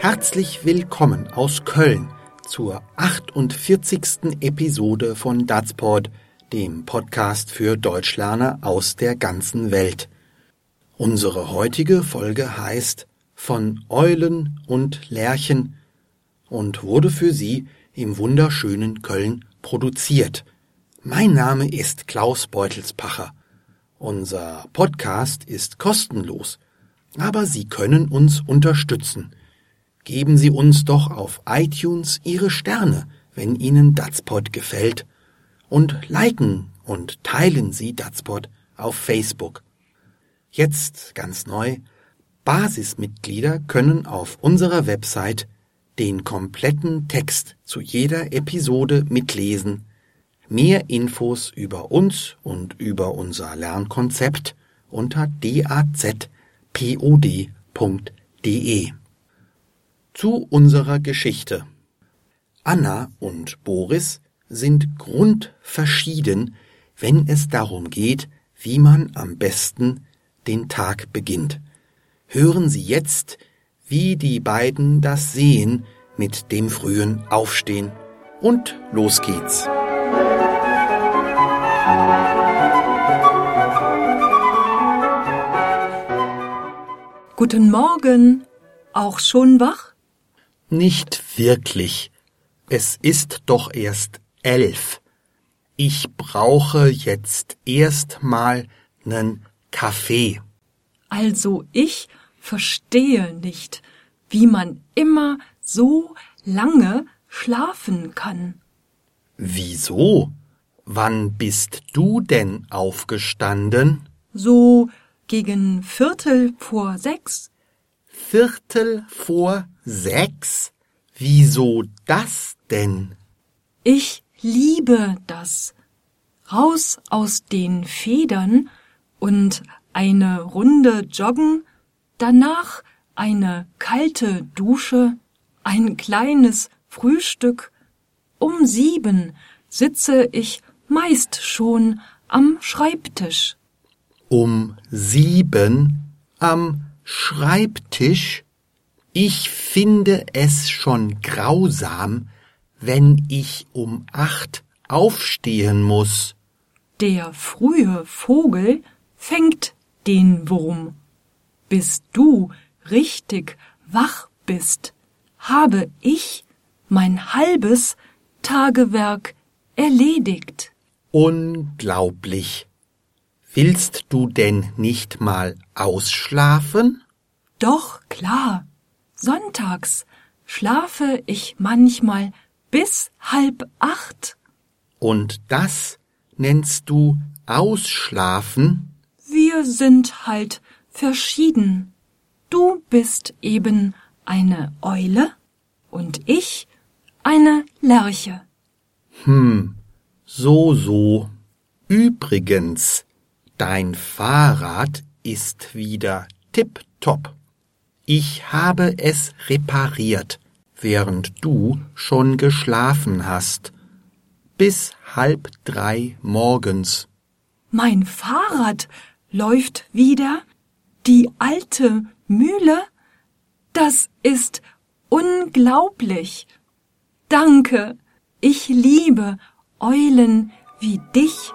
Herzlich willkommen aus Köln zur 48. Episode von DatsPod, dem Podcast für Deutschlerner aus der ganzen Welt. Unsere heutige Folge heißt Von Eulen und Lerchen und wurde für Sie im wunderschönen Köln produziert. Mein Name ist Klaus Beutelspacher. Unser Podcast ist kostenlos, aber Sie können uns unterstützen. Geben Sie uns doch auf iTunes Ihre Sterne, wenn Ihnen DatsPod gefällt, und liken und teilen Sie DatsPod auf Facebook. Jetzt ganz neu: Basismitglieder können auf unserer Website den kompletten Text zu jeder Episode mitlesen, mehr Infos über uns und über unser Lernkonzept unter dazpod.de. Zu unserer Geschichte. Anna und Boris sind grundverschieden, wenn es darum geht, wie man am besten den Tag beginnt. Hören Sie jetzt, wie die beiden das sehen mit dem frühen Aufstehen. Und los geht's. Guten Morgen. Auch schon wach? Nicht wirklich. Es ist doch erst 11. Ich brauche jetzt erst mal nen Kaffee. Also ich verstehe nicht, wie man immer so lange schlafen kann. Wieso? Wann bist du denn aufgestanden? So gegen 5:45. 5:45? Wieso das denn? Ich liebe das. Raus aus den Federn und eine Runde joggen, danach eine kalte Dusche, ein kleines Frühstück. Um 7 sitze ich meist schon am Schreibtisch. Um 7 am Schreibtisch? Ich finde es schon grausam, wenn ich um 8 aufstehen muss. Der frühe Vogel fängt den Wurm. Bis du richtig wach bist, habe ich mein halbes Tagewerk erledigt. Unglaublich. Willst du denn nicht mal ausschlafen? Doch, klar. Sonntags schlafe ich manchmal bis 7:30. Und das nennst du Ausschlafen? Wir sind halt verschieden. Du bist eben eine Eule und ich eine Lerche. So. Übrigens, dein Fahrrad ist wieder tipptopp. Ich habe es repariert, während du schon geschlafen hast. Bis 2:30 morgens. Mein Fahrrad läuft wieder? Die alte Mühle? Das ist unglaublich. Danke, ich liebe Eulen wie dich.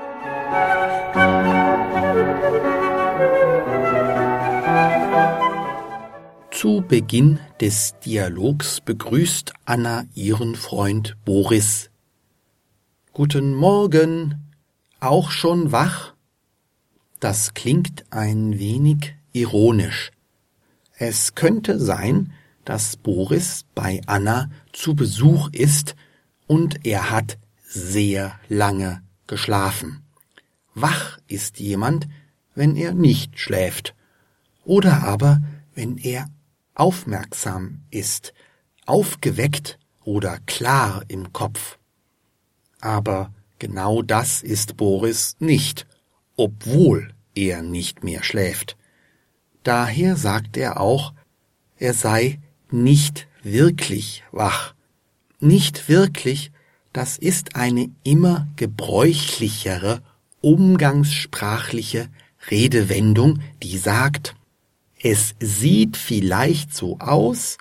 Zu Beginn des Dialogs begrüßt Anna ihren Freund Boris. Guten Morgen, auch schon wach? Das klingt ein wenig ironisch. Es könnte sein, dass Boris bei Anna zu Besuch ist und er hat sehr lange geschlafen. Wach ist jemand, wenn er nicht schläft, oder aber wenn er aufmerksam ist, aufgeweckt oder klar im Kopf. Aber genau das ist Boris nicht, obwohl er nicht mehr schläft. Daher sagt er auch, er sei nicht wirklich wach. Nicht wirklich, das ist eine immer gebräuchlichere, umgangssprachliche Redewendung, die sagt, es sieht vielleicht so aus,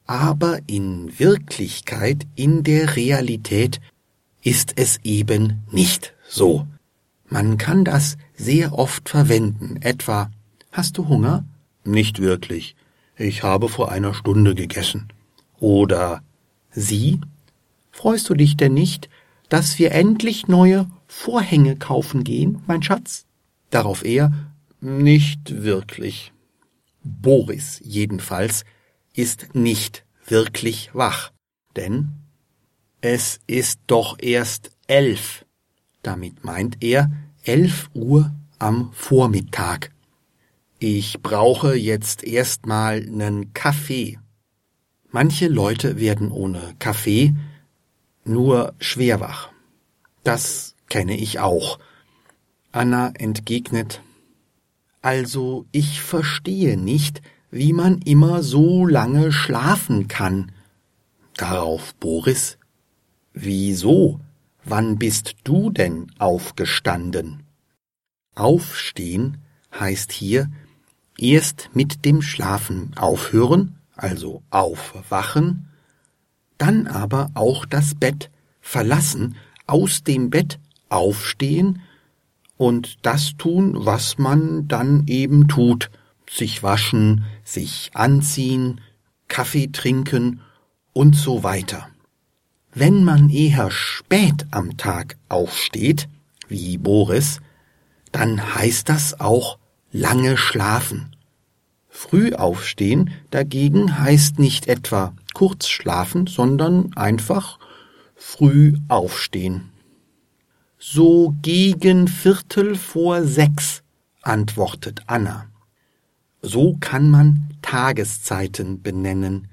aber in Wirklichkeit, in der Realität, ist es eben nicht so. Man kann das sehr oft verwenden, etwa: Hast du Hunger? Nicht wirklich. Ich habe vor einer Stunde gegessen. Oder: Sie? Freust du dich denn nicht, dass wir endlich neue Vorhänge kaufen gehen, mein Schatz? Darauf er: Nicht wirklich. Boris jedenfalls ist nicht wirklich wach, denn es ist doch erst 11. Damit meint er 11 Uhr am Vormittag. Ich brauche jetzt erstmal nen Kaffee. Manche Leute werden ohne Kaffee nur schwer wach. Das kenne ich auch. Anna entgegnet: Also, ich verstehe nicht, wie man immer so lange schlafen kann. Darauf Boris: Wieso? Wann bist du denn aufgestanden? Aufstehen heißt hier erst mit dem Schlafen aufhören, also aufwachen, dann aber auch das Bett verlassen, aus dem Bett aufstehen und das tun, was man dann eben tut: sich waschen, sich anziehen, Kaffee trinken und so weiter. Wenn man eher spät am Tag aufsteht, wie Boris, dann heißt das auch lange schlafen. Früh aufstehen dagegen heißt nicht etwa kurz schlafen, sondern einfach früh aufstehen. So gegen 5:45, antwortet Anna. So kann man Tageszeiten benennen.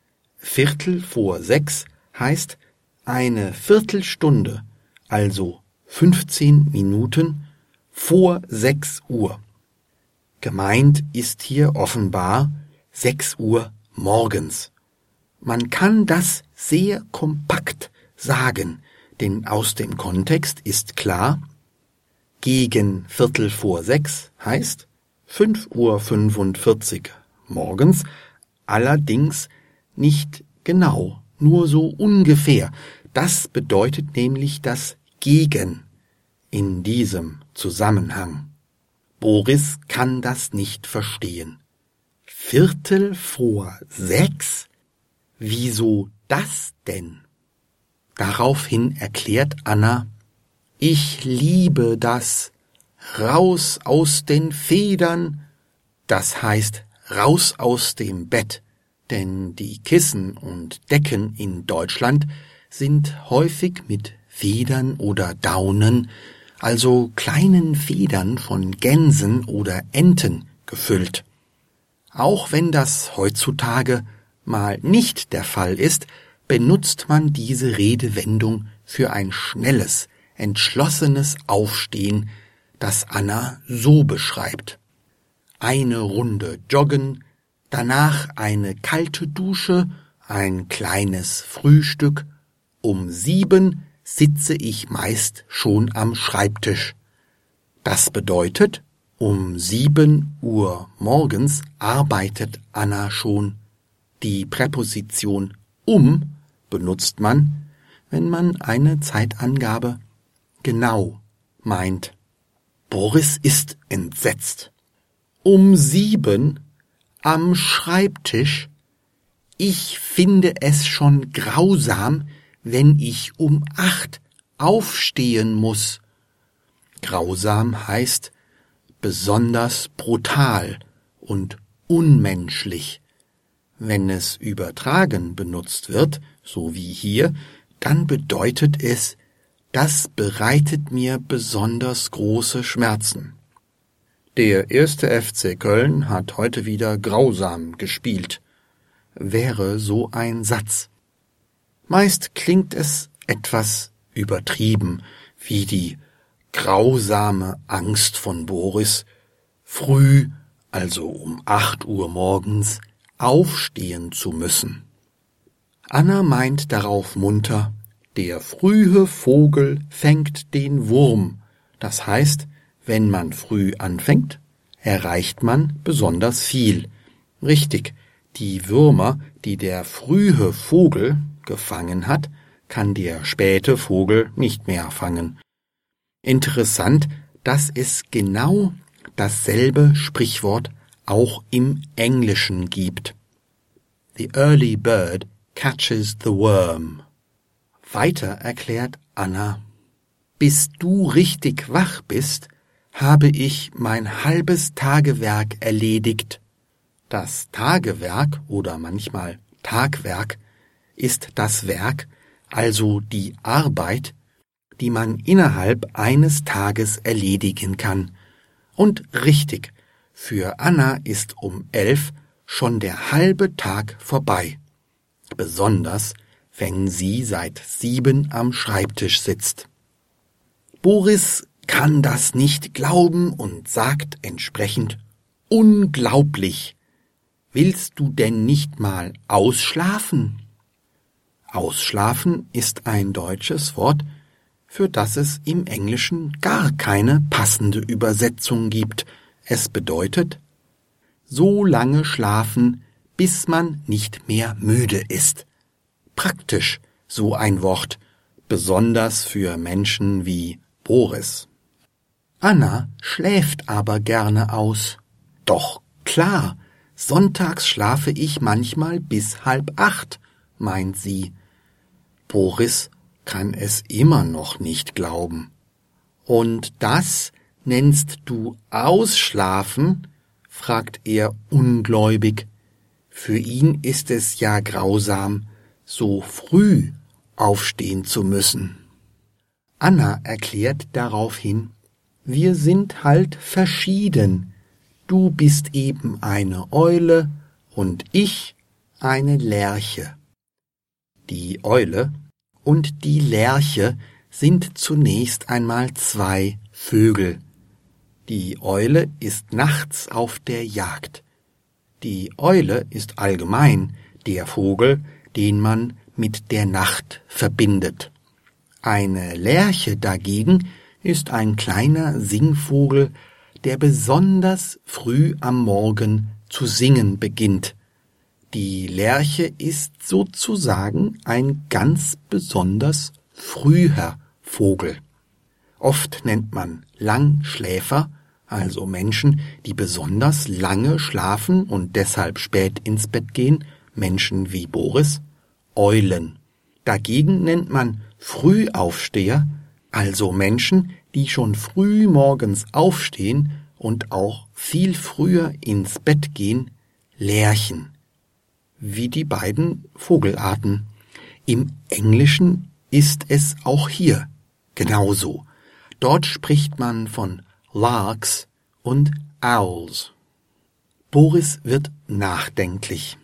5:45 heißt eine Viertelstunde, also 15 Minuten vor 6 Uhr. Gemeint ist hier offenbar 6 Uhr morgens. Man kann das sehr kompakt sagen, denn aus dem Kontext ist klar, gegen 5:45 heißt 5:45 morgens, allerdings nicht genau, nur so ungefähr. Das bedeutet nämlich das Gegen in diesem Zusammenhang. Boris kann das nicht verstehen. 5:45? Wieso das denn? Daraufhin erklärt Anna: Ich liebe das. Raus aus den Federn, das heißt raus aus dem Bett, denn die Kissen und Decken in Deutschland sind häufig mit Federn oder Daunen, also kleinen Federn von Gänsen oder Enten, gefüllt. Auch wenn das heutzutage mal nicht der Fall ist, benutzt man diese Redewendung für ein schnelles, entschlossenes Aufstehen, das Anna so beschreibt: Eine Runde joggen, danach eine kalte Dusche, ein kleines Frühstück, um 7 sitze ich meist schon am Schreibtisch. Das bedeutet, um 7 Uhr morgens arbeitet Anna schon. Die Präposition benutzt man, wenn man eine Zeitangabe genau meint. Boris ist entsetzt. Um 7 am Schreibtisch? Ich finde es schon grausam, wenn ich um 8 aufstehen muss. Grausam heißt besonders brutal und unmenschlich. Wenn es übertragen benutzt wird, so wie hier, dann bedeutet es: Das bereitet mir besonders große Schmerzen. Der 1. FC Köln hat heute wieder grausam gespielt, wäre so ein Satz. Meist klingt es etwas übertrieben, wie die grausame Angst von Boris, früh, also um 8 Uhr morgens, aufstehen zu müssen. Anna meint darauf munter: Der frühe Vogel fängt den Wurm. Das heißt, wenn man früh anfängt, erreicht man besonders viel. Richtig, Die Würmer, die der frühe Vogel gefangen hat, kann der späte Vogel nicht mehr fangen. Interessant, dass es genau dasselbe Sprichwort auch im Englischen gibt. The early bird catches the worm. Weiter erklärt Anna: Bis du richtig wach bist, habe ich mein halbes Tagewerk erledigt. Das Tagewerk oder manchmal Tagwerk ist das Werk, also die Arbeit, die man innerhalb eines Tages erledigen kann. Und richtig, für Anna ist um 11 schon der halbe Tag vorbei. Besonders, wenn sie seit 7 am Schreibtisch sitzt. Boris kann das nicht glauben und sagt entsprechend: Unglaublich! Willst du denn nicht mal ausschlafen? Ausschlafen ist ein deutsches Wort, für das es im Englischen gar keine passende Übersetzung gibt. Es bedeutet: so lange schlafen, bis man nicht mehr müde ist. Praktisch so ein Wort, besonders für Menschen wie Boris. Anna schläft aber gerne aus. Doch klar, sonntags schlafe ich manchmal bis 7:30, meint sie. Boris kann es immer noch nicht glauben. Und das nennst du Ausschlafen? Fragt er ungläubig. Für ihn ist es ja grausam, so früh aufstehen zu müssen. Anna erklärt daraufhin: Wir sind halt verschieden. Du bist eben eine Eule und ich eine Lerche. Die Eule und die Lerche sind zunächst einmal 2 Vögel. Die Eule ist nachts auf der Jagd. Die Eule ist allgemein der Vogel, den man mit der Nacht verbindet. Eine Lerche dagegen ist ein kleiner Singvogel, der besonders früh am Morgen zu singen beginnt. Die Lerche ist sozusagen ein ganz besonders früher Vogel. Oft nennt man Langschläfer, also Menschen, die besonders lange schlafen und deshalb spät ins Bett gehen, Menschen wie Boris, Eulen. Dagegen nennt man Frühaufsteher, also Menschen, die schon früh morgens aufstehen und auch viel früher ins Bett gehen, Lerchen. Wie die beiden Vogelarten. Im Englischen ist es auch hier genauso. Dort spricht man von Larks und Owls. Boris wird nachdenklich.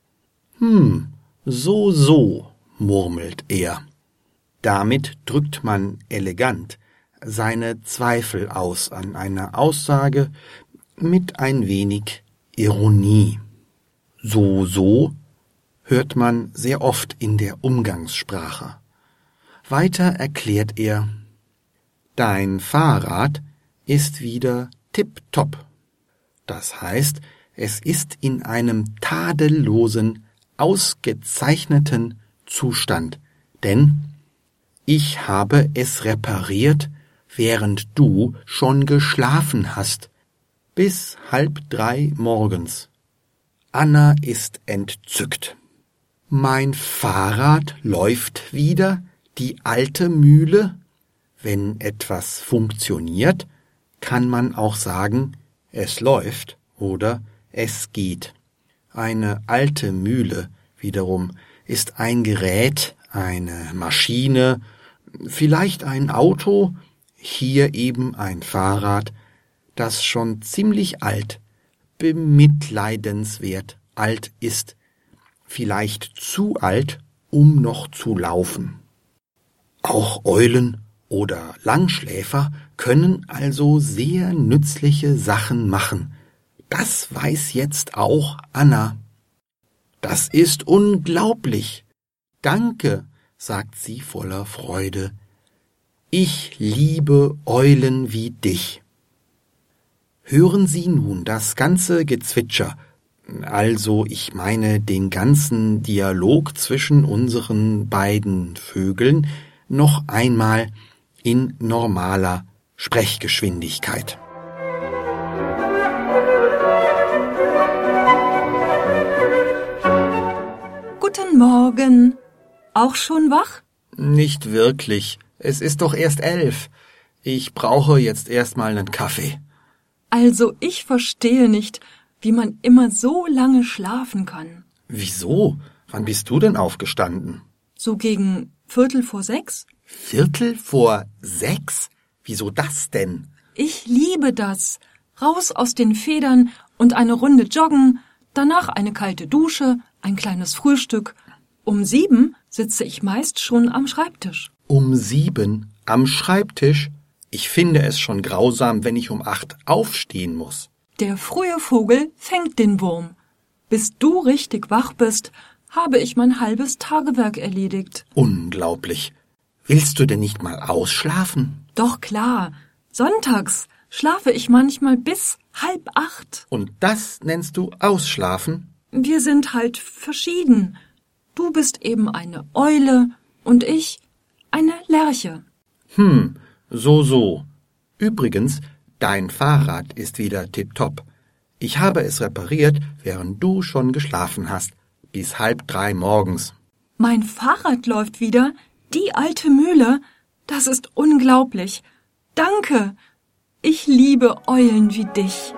So, murmelt er. Damit drückt man elegant seine Zweifel aus an einer Aussage mit ein wenig Ironie. So hört man sehr oft in der Umgangssprache. Weiter erklärt er: Dein Fahrrad ist wieder tipptopp. Das heißt, es ist in einem tadellosen, ausgezeichneten Zustand, denn ich habe es repariert, während du schon geschlafen hast, bis 2:30 morgens. Anna ist entzückt. Mein Fahrrad läuft wieder, die alte Mühle? Wenn etwas funktioniert, kann man auch sagen, es läuft oder es geht. Eine alte Mühle wiederum ist ein Gerät, eine Maschine, vielleicht ein Auto, hier eben ein Fahrrad, das schon ziemlich alt, bemitleidenswert alt ist, vielleicht zu alt, um noch zu laufen. Auch Eulen oder Langschläfer können also sehr nützliche Sachen machen. Das weiß jetzt auch Anna. Das ist unglaublich. Danke, sagt sie voller Freude. Ich liebe Eulen wie dich. Hören Sie nun das ganze Gezwitscher, Also, ich meine den ganzen Dialog zwischen unseren beiden Vögeln noch einmal in normaler Sprechgeschwindigkeit. Guten Morgen. Auch schon wach? Nicht wirklich. Es ist doch erst 11. Ich brauche jetzt erstmal einen Kaffee. Also ich verstehe nicht, wie man immer so lange schlafen kann. Wieso? Wann bist du denn aufgestanden? So gegen 5:45? 5:45? Wieso das denn? Ich liebe das. Raus aus den Federn und eine Runde joggen, danach eine kalte Dusche, ein kleines Frühstück. Um 7 sitze ich meist schon am Schreibtisch. Um 7 am Schreibtisch? Ich finde es schon grausam, wenn ich um 8 aufstehen muss. Der frühe Vogel fängt den Wurm. Bis du richtig wach bist, habe ich mein halbes Tagewerk erledigt. Unglaublich. Willst du denn nicht mal ausschlafen? Doch klar, sonntags schlafe ich manchmal bis 7:30. Und das nennst du Ausschlafen? Wir sind halt verschieden. Du bist eben eine Eule und ich eine Lerche. So. Übrigens, dein Fahrrad ist wieder tipptopp. Ich habe es repariert, während du schon geschlafen hast, bis 2:30 morgens. Mein Fahrrad läuft wieder, die alte Mühle. Das ist unglaublich. Danke. Ich liebe Eulen wie dich.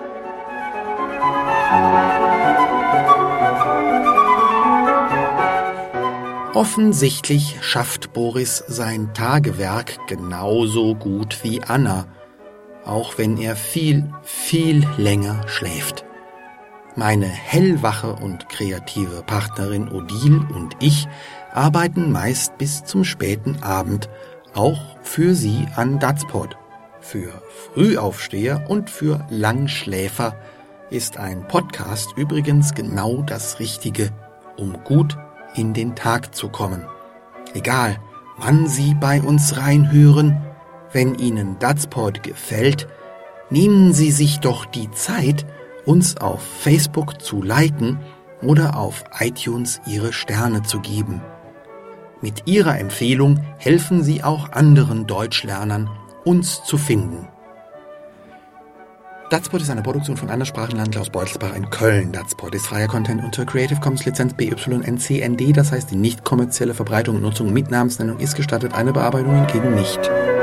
Offensichtlich schafft Boris sein Tagewerk genauso gut wie Anna, auch wenn er viel, viel länger schläft. Meine hellwache und kreative Partnerin Odile und ich arbeiten meist bis zum späten Abend, auch für Sie an Datsport. Für Frühaufsteher und für Langschläfer ist ein Podcast übrigens genau das Richtige, um gut in den Tag zu kommen. Egal, wann Sie bei uns reinhören, wenn Ihnen Datsport gefällt, nehmen Sie sich doch die Zeit, uns auf Facebook zu liken oder auf iTunes Ihre Sterne zu geben. Mit Ihrer Empfehlung helfen Sie auch anderen Deutschlernern, uns zu finden. Datsport ist eine Produktion von Anderssprachenland Klaus Beutelsbach in Köln. Datsport ist freier Content unter Creative Commons Lizenz BY-NC-ND, das heißt die nicht kommerzielle Verbreitung und Nutzung mit Namensnennung ist gestattet, eine Bearbeitung hingegen nicht.